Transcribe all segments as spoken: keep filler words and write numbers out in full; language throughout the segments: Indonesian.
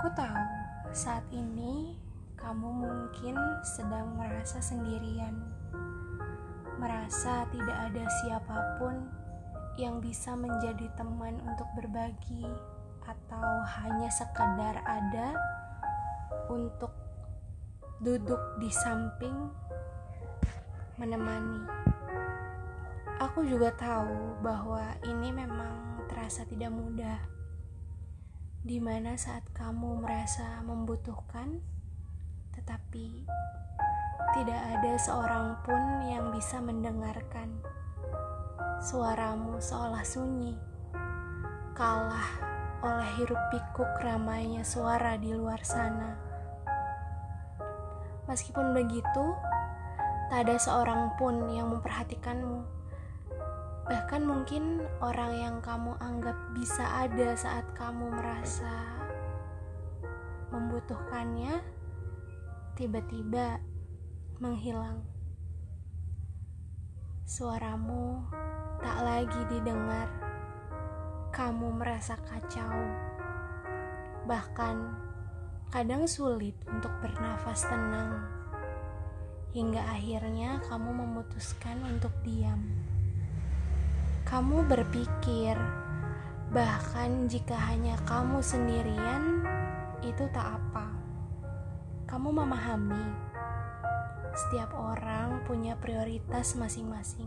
Aku tahu saat ini kamu mungkin sedang merasa sendirian, merasa tidak ada siapapun yang bisa menjadi teman untuk berbagi atau hanya sekedar ada untuk duduk di samping menemani. Aku juga tahu bahwa ini memang terasa tidak mudah, di mana saat kamu merasa membutuhkan, tetapi tidak ada seorang pun yang bisa mendengarkan. Suaramu seolah sunyi, kalah oleh hiruk pikuk ramainya suara di luar sana. Meskipun begitu, tak ada seorang pun yang memperhatikanmu. Bahkan mungkin orang yang kamu anggap bisa ada saat kamu merasa membutuhkannya, tiba-tiba menghilang. Suaramu tak lagi didengar. Kamu merasa kacau. Bahkan kadang sulit untuk bernafas tenang. Hingga akhirnya kamu memutuskan untuk diam. Kamu berpikir, bahkan jika hanya kamu sendirian, itu tak apa. Kamu memahami, setiap orang punya prioritas masing-masing.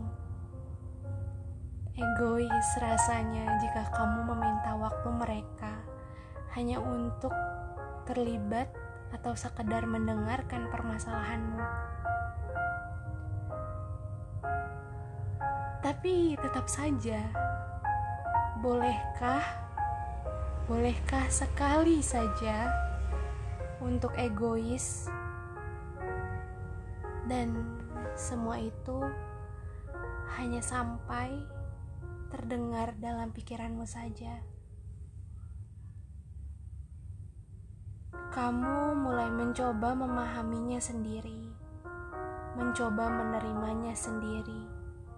Egois rasanya jika kamu meminta waktu mereka hanya untuk terlibat atau sekedar mendengarkan permasalahanmu. Tapi tetap saja, bolehkah, bolehkah sekali saja untuk egois? Dan semua itu hanya sampai terdengar dalam pikiranmu saja. Kamu mulai mencoba memahaminya sendiri, mencoba menerimanya sendiri,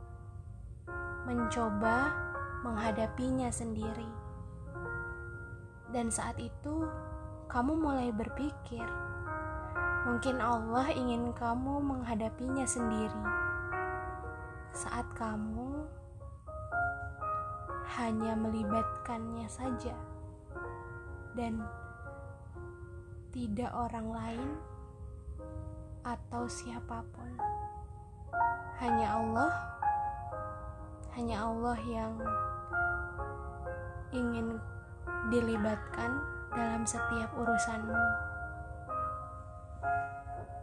mencoba menghadapinya sendiri. Dan saat itu, kamu mulai berpikir, mungkin Allah ingin kamu menghadapinya sendiri. Saat kamu hanya melibatkannya saja, dan tidak orang lain atau siapapun. Hanya Allah, hanya Allah yang ingin dilibatkan dalam setiap urusanmu.